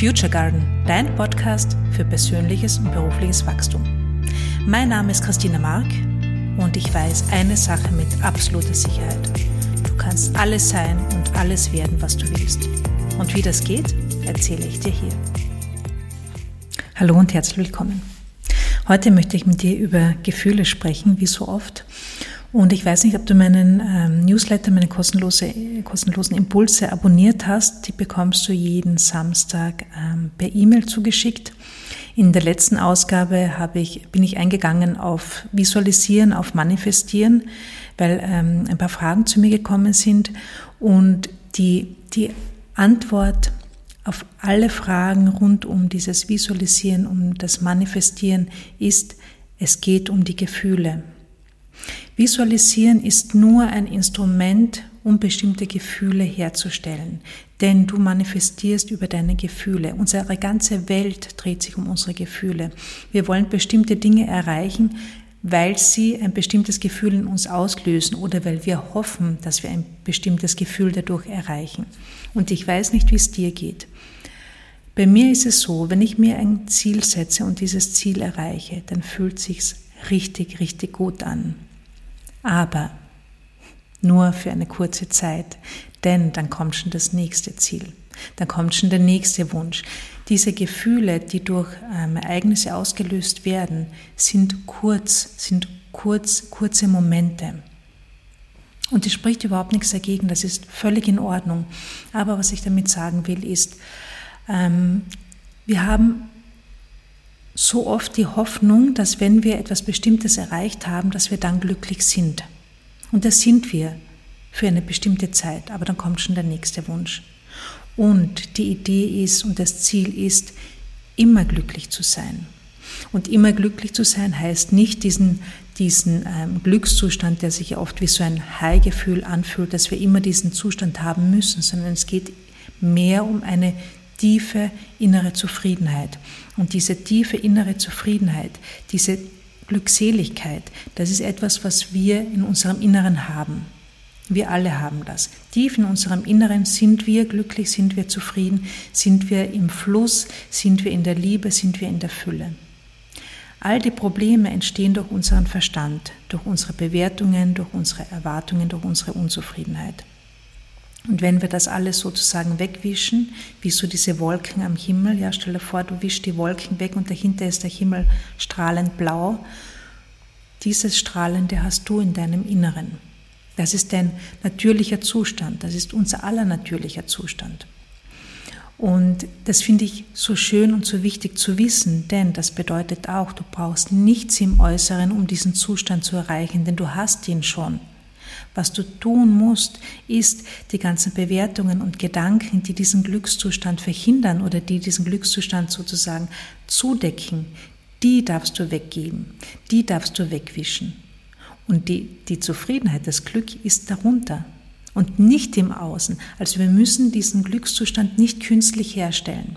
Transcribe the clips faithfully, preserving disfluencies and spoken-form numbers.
Future Garden, dein Podcast für persönliches und berufliches Wachstum. Mein Name ist Christina Mark und ich weiß eine Sache mit absoluter Sicherheit. Du kannst alles sein und alles werden, was du willst. Und wie das geht, erzähle ich dir hier. Hallo und herzlich willkommen. Heute möchte ich mit dir über Gefühle sprechen, wie so oft. Und ich weiß nicht, ob du meinen ähm, Newsletter, meine kostenlose, kostenlosen Impulse abonniert hast. Die bekommst du jeden Samstag ähm, per E-Mail zugeschickt. In der letzten Ausgabe habe ich, bin ich eingegangen auf Visualisieren, auf Manifestieren, weil ähm, ein paar Fragen zu mir gekommen sind. Und die, die Antwort auf alle Fragen rund um dieses Visualisieren, um das Manifestieren ist, es geht um die Gefühle. Visualisieren ist nur ein Instrument, um bestimmte Gefühle herzustellen, denn du manifestierst über deine Gefühle. Unsere ganze Welt dreht sich um unsere Gefühle. Wir wollen bestimmte Dinge erreichen, weil sie ein bestimmtes Gefühl in uns auslösen oder weil wir hoffen, dass wir ein bestimmtes Gefühl dadurch erreichen. Und ich weiß nicht, wie es dir geht. Bei mir ist es so, wenn ich mir ein Ziel setze und dieses Ziel erreiche, dann fühlt es sich richtig, richtig gut an. Aber nur für eine kurze Zeit, denn dann kommt schon das nächste Ziel, dann kommt schon der nächste Wunsch. Diese Gefühle, die durch ähm, Ereignisse ausgelöst werden, sind kurz, sind kurz, kurze Momente. Und es spricht überhaupt nichts dagegen, das ist völlig in Ordnung. Aber was ich damit sagen will, ist, ähm, wir haben so oft die Hoffnung, dass wenn wir etwas Bestimmtes erreicht haben, dass wir dann glücklich sind. Und das sind wir für eine bestimmte Zeit, aber dann kommt schon der nächste Wunsch. Und die Idee ist und das Ziel ist, immer glücklich zu sein. Und immer glücklich zu sein heißt nicht diesen, diesen ähm, Glückszustand, der sich oft wie so ein High-Gefühl anfühlt, dass wir immer diesen Zustand haben müssen, sondern es geht mehr um eine tiefe innere Zufriedenheit. Und diese tiefe innere Zufriedenheit, diese Glückseligkeit, das ist etwas, was wir in unserem Inneren haben. Wir alle haben das. Tief in unserem Inneren sind wir glücklich, sind wir zufrieden, sind wir im Fluss, sind wir in der Liebe, sind wir in der Fülle. All die Probleme entstehen durch unseren Verstand, durch unsere Bewertungen, durch unsere Erwartungen, durch unsere Unzufriedenheit. Und wenn wir das alles sozusagen wegwischen, wie so diese Wolken am Himmel, ja, stell dir vor, du wischst die Wolken weg und dahinter ist der Himmel strahlend blau. Dieses Strahlende hast du in deinem Inneren. Das ist dein natürlicher Zustand, das ist unser aller natürlicher Zustand. Und das finde ich so schön und so wichtig zu wissen, denn das bedeutet auch, du brauchst nichts im Äußeren, um diesen Zustand zu erreichen, denn du hast ihn schon. Was du tun musst, ist, die ganzen Bewertungen und Gedanken, die diesen Glückszustand verhindern oder die diesen Glückszustand sozusagen zudecken, die darfst du weggeben, die darfst du wegwischen. Und die, die Zufriedenheit, das Glück ist darunter und nicht im Außen. Also wir müssen diesen Glückszustand nicht künstlich herstellen.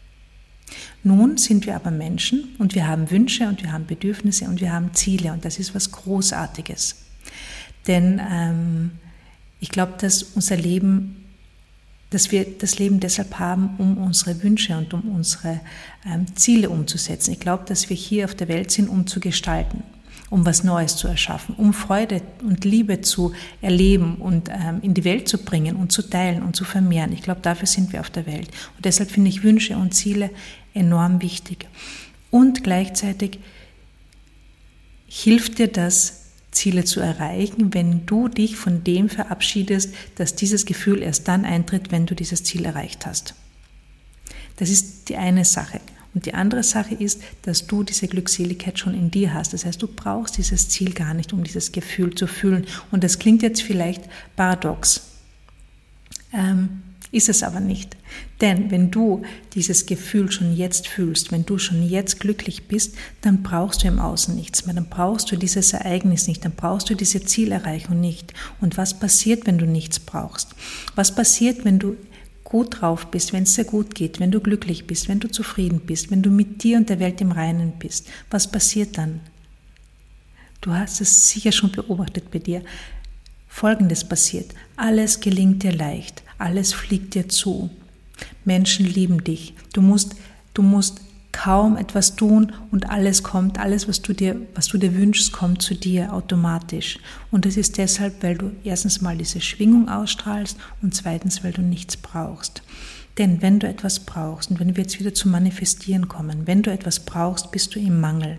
Nun sind wir aber Menschen und wir haben Wünsche und wir haben Bedürfnisse und wir haben Ziele und das ist was Großartiges. Denn ähm, ich glaube, dass unser Leben, dass wir das Leben deshalb haben, um unsere Wünsche und um unsere ähm, Ziele umzusetzen. Ich glaube, dass wir hier auf der Welt sind, um zu gestalten, um was Neues zu erschaffen, um Freude und Liebe zu erleben und ähm, in die Welt zu bringen und zu teilen und zu vermehren. Ich glaube, dafür sind wir auf der Welt. Und deshalb finde ich Wünsche und Ziele enorm wichtig. Und gleichzeitig hilft dir das, Ziele zu erreichen, wenn du dich von dem verabschiedest, dass dieses Gefühl erst dann eintritt, wenn du dieses Ziel erreicht hast. Das ist die eine Sache. Und die andere Sache ist, dass du diese Glückseligkeit schon in dir hast. Das heißt, du brauchst dieses Ziel gar nicht, um dieses Gefühl zu fühlen. Und das klingt jetzt vielleicht paradox. Ähm, Ist es aber nicht. Denn wenn du dieses Gefühl schon jetzt fühlst, wenn du schon jetzt glücklich bist, dann brauchst du im Außen nichts mehr. Dann brauchst du dieses Ereignis nicht. Dann brauchst du diese Zielerreichung nicht. Und was passiert, wenn du nichts brauchst? Was passiert, wenn du gut drauf bist, wenn es dir gut geht, wenn du glücklich bist, wenn du zufrieden bist, wenn du mit dir und der Welt im Reinen bist? Was passiert dann? Du hast es sicher schon beobachtet bei dir. Folgendes passiert: Alles gelingt dir leicht, alles fliegt dir zu. Menschen lieben dich. Du musst, du musst kaum etwas tun und alles kommt, alles, was du dir, was du dir wünschst, kommt zu dir automatisch. Und das ist deshalb, weil du erstens mal diese Schwingung ausstrahlst und zweitens, weil du nichts brauchst. Denn wenn du etwas brauchst, und wenn wir jetzt wieder zum Manifestieren kommen, wenn du etwas brauchst, bist du im Mangel.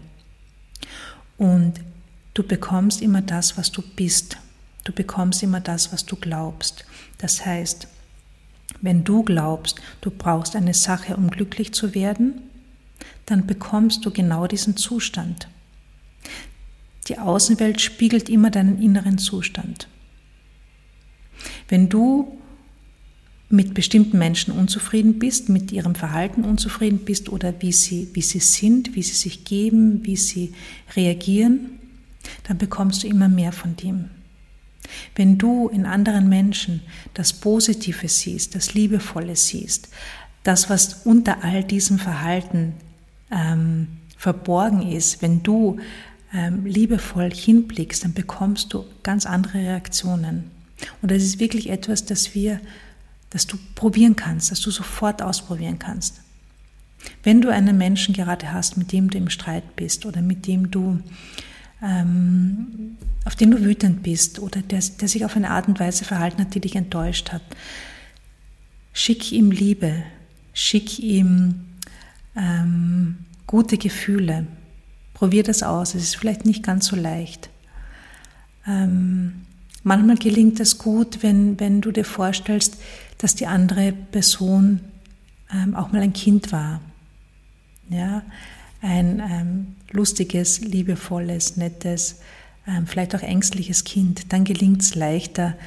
Und du bekommst immer das, was du bist. Du bekommst immer das, was du glaubst. Das heißt, wenn du glaubst, du brauchst eine Sache, um glücklich zu werden, dann bekommst du genau diesen Zustand. Die Außenwelt spiegelt immer deinen inneren Zustand. Wenn du mit bestimmten Menschen unzufrieden bist, mit ihrem Verhalten unzufrieden bist oder wie sie, wie sie sind, wie sie sich geben, wie sie reagieren, dann bekommst du immer mehr von dem. Wenn du in anderen Menschen das Positive siehst, das Liebevolle siehst, das, was unter all diesem Verhalten ähm, verborgen ist, wenn du ähm, liebevoll hinblickst, dann bekommst du ganz andere Reaktionen. Und das ist wirklich etwas, das wir, das du probieren kannst, das du sofort ausprobieren kannst. Wenn du einen Menschen gerade hast, mit dem du im Streit bist oder mit dem du ähm, auf den du wütend bist oder der, der sich auf eine Art und Weise verhalten hat, die dich enttäuscht hat, schick ihm Liebe, schick ihm ähm, gute Gefühle. Probier das aus, es ist vielleicht nicht ganz so leicht. Ähm, manchmal gelingt es gut, wenn, wenn du dir vorstellst, dass die andere Person ähm, auch mal ein Kind war. Ja, ein ähm, lustiges, liebevolles, nettes, ähm, vielleicht auch ängstliches Kind. Dann gelingt es leichter,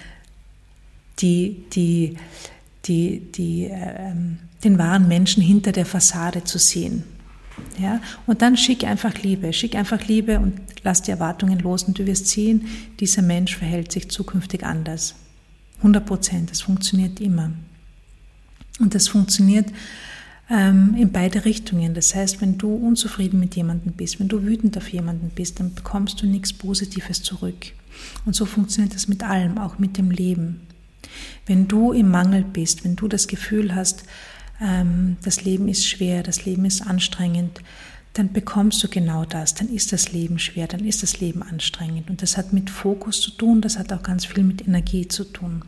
die, die, die, die, ähm, den wahren Menschen hinter der Fassade zu sehen. Ja? Und dann schick einfach Liebe, schick einfach Liebe und lass die Erwartungen los und du wirst sehen, dieser Mensch verhält sich zukünftig anders. hundert Prozent, das funktioniert immer. Und das funktioniert ähm, in beide Richtungen. Das heißt, wenn du unzufrieden mit jemandem bist, wenn du wütend auf jemanden bist, dann bekommst du nichts Positives zurück. Und so funktioniert das mit allem, auch mit dem Leben. Wenn du im Mangel bist, wenn du das Gefühl hast, ähm, das Leben ist schwer, das Leben ist anstrengend, dann bekommst du genau das, dann ist das Leben schwer, dann ist das Leben anstrengend. Und das hat mit Fokus zu tun, das hat auch ganz viel mit Energie zu tun.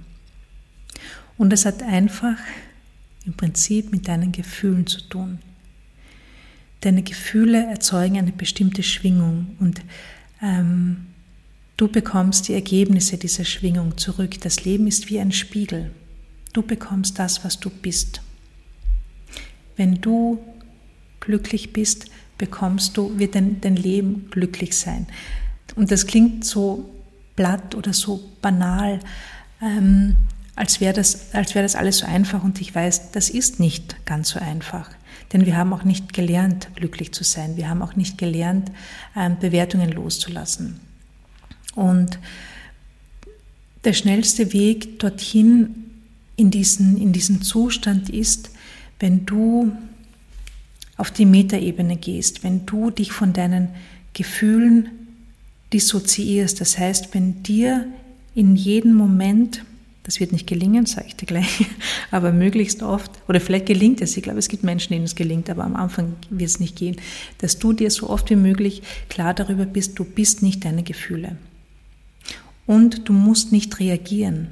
Und das hat einfach im Prinzip mit deinen Gefühlen zu tun. Deine Gefühle erzeugen eine bestimmte Schwingung und ähm, du bekommst die Ergebnisse dieser Schwingung zurück. Das Leben ist wie ein Spiegel. Du bekommst das, was du bist. Wenn du glücklich bist, bekommst du, wird dein, dein Leben glücklich sein. Und das klingt so platt oder so banal, ähm, als wäre das, als wäre das alles so einfach. Und ich weiß, das ist nicht ganz so einfach. Denn wir haben auch nicht gelernt, glücklich zu sein. Wir haben auch nicht gelernt, ähm, Bewertungen loszulassen. Und der schnellste Weg dorthin in diesen, in diesen Zustand ist, wenn du auf die Metaebene gehst, wenn du dich von deinen Gefühlen dissoziierst. Das heißt, wenn dir in jedem Moment, das wird nicht gelingen, sage ich dir gleich, aber möglichst oft, oder vielleicht gelingt es, ich glaube, es gibt Menschen, denen es gelingt, aber am Anfang wird es nicht gehen, dass du dir so oft wie möglich klar darüber bist, du bist nicht deine Gefühle. Und du musst nicht reagieren.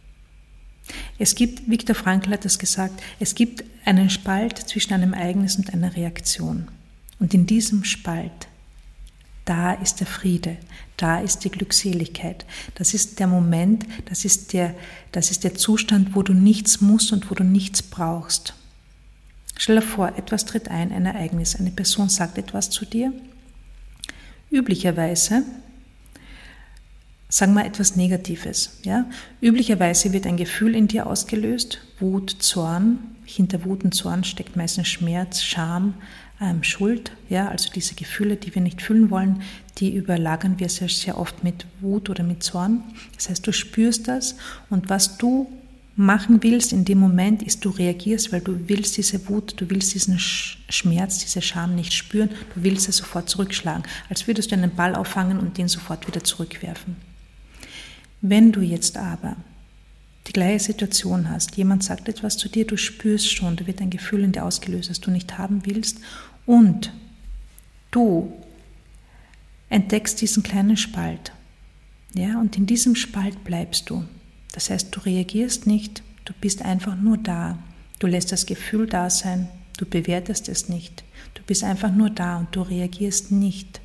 Es gibt, Viktor Frankl hat das gesagt, es gibt einen Spalt zwischen einem Ereignis und einer Reaktion. Und in diesem Spalt, da ist der Friede, da ist die Glückseligkeit. Das ist der Moment, das ist der, das ist der Zustand, wo du nichts musst und wo du nichts brauchst. Stell dir vor, etwas tritt ein, ein Ereignis, eine Person sagt etwas zu dir. Üblicherweise, sagen wir etwas Negatives. Ja? Üblicherweise wird ein Gefühl in dir ausgelöst, Wut, Zorn. Hinter Wut und Zorn steckt meistens Schmerz, Scham, ähm, Schuld. Ja? Also diese Gefühle, die wir nicht fühlen wollen, die überlagern wir sehr, sehr oft mit Wut oder mit Zorn. Das heißt, du spürst das und was du machen willst in dem Moment ist, du reagierst, weil du willst diese Wut, du willst diesen Schmerz, diese Scham nicht spüren, du willst es sofort zurückschlagen, als würdest du einen Ball auffangen und den sofort wieder zurückwerfen. Wenn du jetzt aber die gleiche Situation hast, jemand sagt etwas zu dir, du spürst schon, da wird ein Gefühl in dir ausgelöst, das du nicht haben willst und du entdeckst diesen kleinen Spalt, ja, und in diesem Spalt bleibst du. Das heißt, du reagierst nicht, du bist einfach nur da, du lässt das Gefühl da sein, du bewertest es nicht, du bist einfach nur da und du reagierst nicht.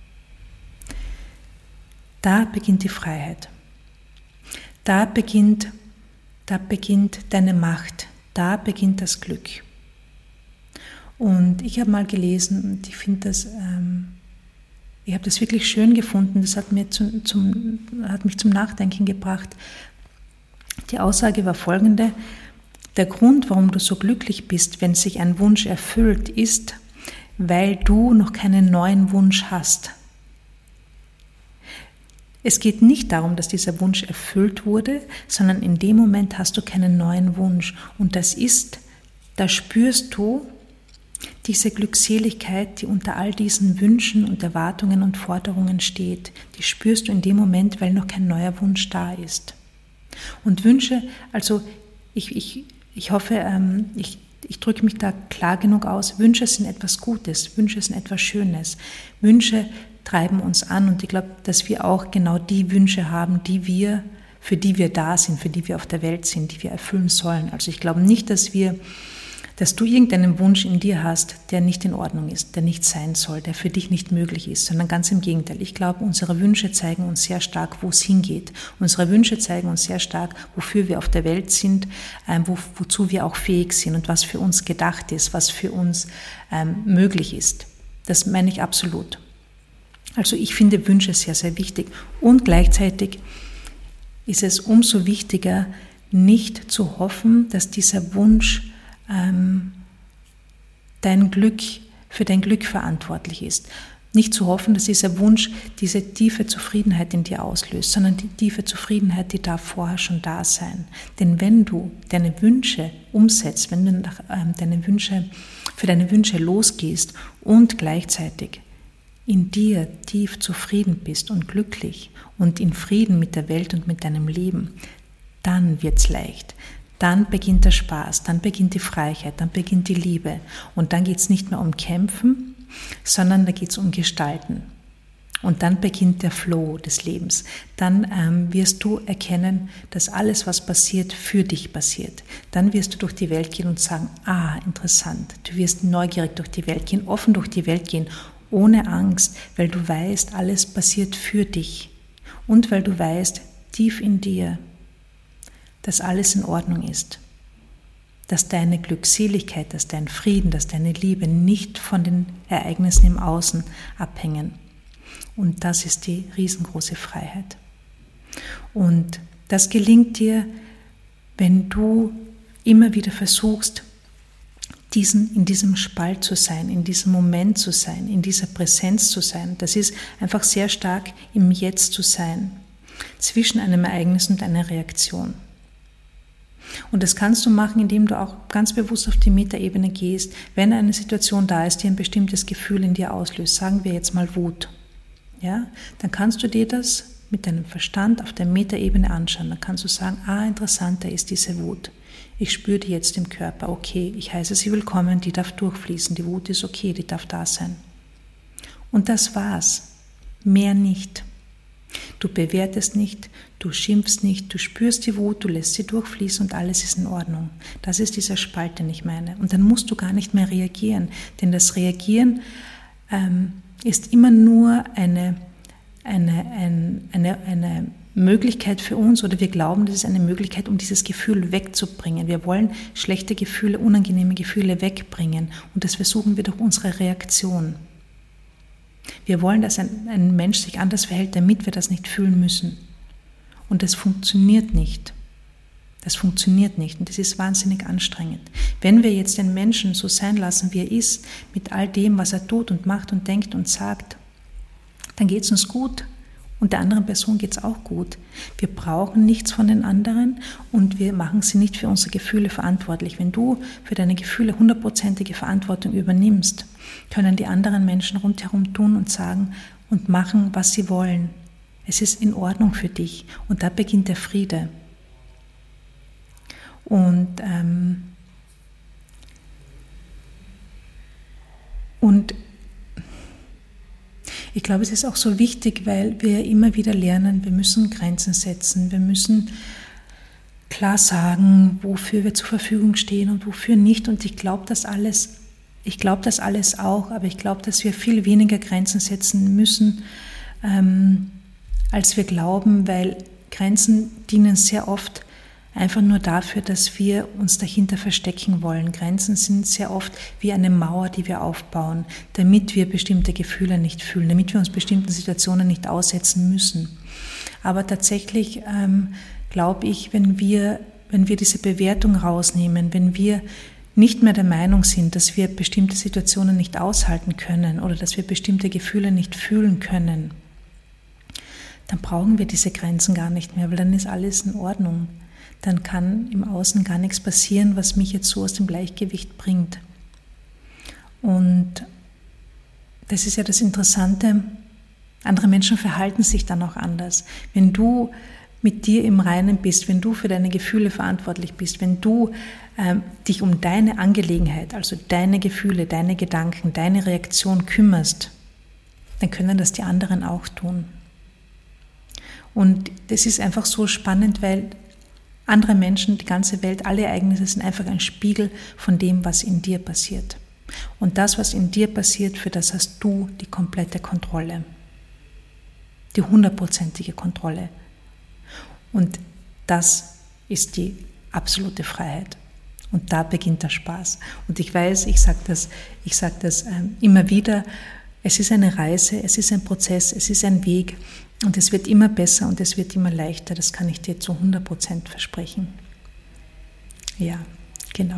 Da beginnt die Freiheit, da beginnt, da beginnt deine Macht, da beginnt das Glück. Und ich habe mal gelesen, und ich finde das, ähm, ich habe das wirklich schön gefunden, das hat, mir zum, zum, hat mich zum Nachdenken gebracht. Die Aussage war folgende: Der Grund, warum du so glücklich bist, wenn sich ein Wunsch erfüllt, ist, weil du noch keinen neuen Wunsch hast. Es geht nicht darum, dass dieser Wunsch erfüllt wurde, sondern in dem Moment hast du keinen neuen Wunsch. Und das ist, da spürst du diese Glückseligkeit, die unter all diesen Wünschen und Erwartungen und Forderungen steht. Die spürst du in dem Moment, weil noch kein neuer Wunsch da ist. Und Wünsche, also ich, ich, ich hoffe, ähm, ich, ich drücke mich da klar genug aus, Wünsche sind etwas Gutes, Wünsche sind etwas Schönes. Wünsche treiben uns an und ich glaube, dass wir auch genau die Wünsche haben, die wir, für die wir da sind, für die wir auf der Welt sind, die wir erfüllen sollen. Also ich glaube nicht, dass wir, dass du irgendeinen Wunsch in dir hast, der nicht in Ordnung ist, der nicht sein soll, der für dich nicht möglich ist, sondern ganz im Gegenteil. Ich glaube, unsere Wünsche zeigen uns sehr stark, wo es hingeht. Unsere Wünsche zeigen uns sehr stark, wofür wir auf der Welt sind, ähm, wo, wozu wir auch fähig sind und was für uns gedacht ist, was für uns ähm, möglich ist. Das meine ich absolut. Also ich finde Wünsche sehr, sehr wichtig. Und gleichzeitig ist es umso wichtiger, nicht zu hoffen, dass dieser Wunsch ähm, dein Glück, für dein Glück verantwortlich ist. Nicht zu hoffen, dass dieser Wunsch diese tiefe Zufriedenheit in dir auslöst, sondern die tiefe Zufriedenheit, die darf vorher schon da sein. Denn wenn du deine Wünsche umsetzt, wenn du nach, ähm, deine Wünsche, für deine Wünsche losgehst und gleichzeitig in dir tief zufrieden bist und glücklich und in Frieden mit der Welt und mit deinem Leben, dann wird's leicht. Dann beginnt der Spaß, dann beginnt die Freiheit, dann beginnt die Liebe. Und dann geht's nicht mehr um Kämpfen, sondern da geht's um Gestalten. Und dann beginnt der Flow des Lebens. Dann ähm, wirst du erkennen, dass alles, was passiert, für dich passiert. Dann wirst du durch die Welt gehen und sagen, ah, interessant. Du wirst neugierig durch die Welt gehen, offen durch die Welt gehen, ohne Angst, weil du weißt, alles passiert für dich. Und weil du weißt, tief in dir, dass alles in Ordnung ist. Dass deine Glückseligkeit, dass dein Frieden, dass deine Liebe nicht von den Ereignissen im Außen abhängen. Und das ist die riesengroße Freiheit. Und das gelingt dir, wenn du immer wieder versuchst, diesen, in diesem Spalt zu sein, in diesem Moment zu sein, in dieser Präsenz zu sein. Das ist einfach sehr stark im Jetzt zu sein, zwischen einem Ereignis und einer Reaktion. Und das kannst du machen, indem du auch ganz bewusst auf die Metaebene gehst, wenn eine Situation da ist, die ein bestimmtes Gefühl in dir auslöst, sagen wir jetzt mal Wut, ja, dann kannst du dir das mit deinem Verstand auf der Metaebene anschauen. Dann kannst du sagen, ah, interessant, da ist diese Wut. Ich spüre die jetzt im Körper, okay, ich heiße sie willkommen, die darf durchfließen, die Wut ist okay, die darf da sein. Und das war's, mehr nicht. Du bewertest nicht, du schimpfst nicht, du spürst die Wut, du lässt sie durchfließen und alles ist in Ordnung. Das ist dieser Spalt, den ich meine. Und dann musst du gar nicht mehr reagieren, denn das Reagieren ähm, ist immer nur eine, eine, ein, eine, eine Möglichkeit für uns, oder wir glauben, das ist eine Möglichkeit, um dieses Gefühl wegzubringen. Wir wollen schlechte Gefühle, unangenehme Gefühle wegbringen und das versuchen wir durch unsere Reaktion. Wir wollen, dass ein, ein Mensch sich anders verhält, damit wir das nicht fühlen müssen. Und das funktioniert nicht. Das funktioniert nicht und das ist wahnsinnig anstrengend. Wenn wir jetzt den Menschen so sein lassen, wie er ist, mit all dem, was er tut und macht und denkt und sagt, dann geht es uns gut. Und der anderen Person geht es auch gut. Wir brauchen nichts von den anderen und wir machen sie nicht für unsere Gefühle verantwortlich. Wenn du für deine Gefühle hundertprozentige Verantwortung übernimmst, können die anderen Menschen rundherum tun und sagen und machen, was sie wollen. Es ist in Ordnung für dich und da beginnt der Friede. Und, ähm, und ich glaube, es ist auch so wichtig, weil wir immer wieder lernen, wir müssen Grenzen setzen, wir müssen klar sagen, wofür wir zur Verfügung stehen und wofür nicht. Und ich glaube das alles, ich glaube das alles auch, aber ich glaube, dass wir viel weniger Grenzen setzen müssen, ähm, als wir glauben, weil Grenzen dienen sehr oft einfach nur dafür, dass wir uns dahinter verstecken wollen. Grenzen sind sehr oft wie eine Mauer, die wir aufbauen, damit wir bestimmte Gefühle nicht fühlen, damit wir uns bestimmten Situationen nicht aussetzen müssen. Aber tatsächlich ähm, glaube ich, wenn wir, wenn wir diese Bewertung rausnehmen, wenn wir nicht mehr der Meinung sind, dass wir bestimmte Situationen nicht aushalten können oder dass wir bestimmte Gefühle nicht fühlen können, dann brauchen wir diese Grenzen gar nicht mehr, weil dann ist alles in Ordnung. Dann kann im Außen gar nichts passieren, was mich jetzt so aus dem Gleichgewicht bringt. Und das ist ja das Interessante, andere Menschen verhalten sich dann auch anders. Wenn du mit dir im Reinen bist, wenn du für deine Gefühle verantwortlich bist, wenn du ähm, dich um deine Angelegenheit, also deine Gefühle, deine Gedanken, deine Reaktion kümmerst, dann können das die anderen auch tun. Und das ist einfach so spannend, weil andere Menschen, die ganze Welt, alle Ereignisse sind einfach ein Spiegel von dem, was in dir passiert. Und das, was in dir passiert, für das hast du die komplette Kontrolle. Die hundertprozentige Kontrolle. Und das ist die absolute Freiheit. Und da beginnt der Spaß. Und ich weiß, ich sage das, ich sag das ähm, immer wieder, es ist eine Reise, es ist ein Prozess, es ist ein Weg und es wird immer besser und es wird immer leichter, das kann ich dir zu hundert Prozent versprechen. Ja, genau.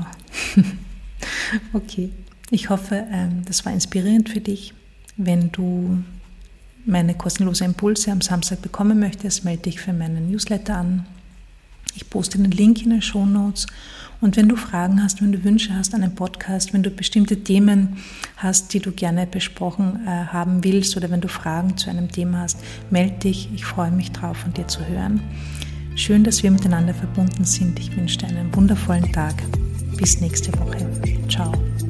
Okay, ich hoffe, ähm, das war inspirierend für dich. Wenn du meine kostenlosen Impulse am Samstag bekommen möchtest, melde dich für meinen Newsletter an. Ich poste den Link in den Shownotes. Und wenn du Fragen hast, wenn du Wünsche hast an einen Podcast, wenn du bestimmte Themen hast, die du gerne besprochen äh, haben willst oder wenn du Fragen zu einem Thema hast, melde dich. Ich freue mich drauf, von dir zu hören. Schön, dass wir miteinander verbunden sind. Ich wünsche dir einen wundervollen Tag. Bis nächste Woche. Ciao.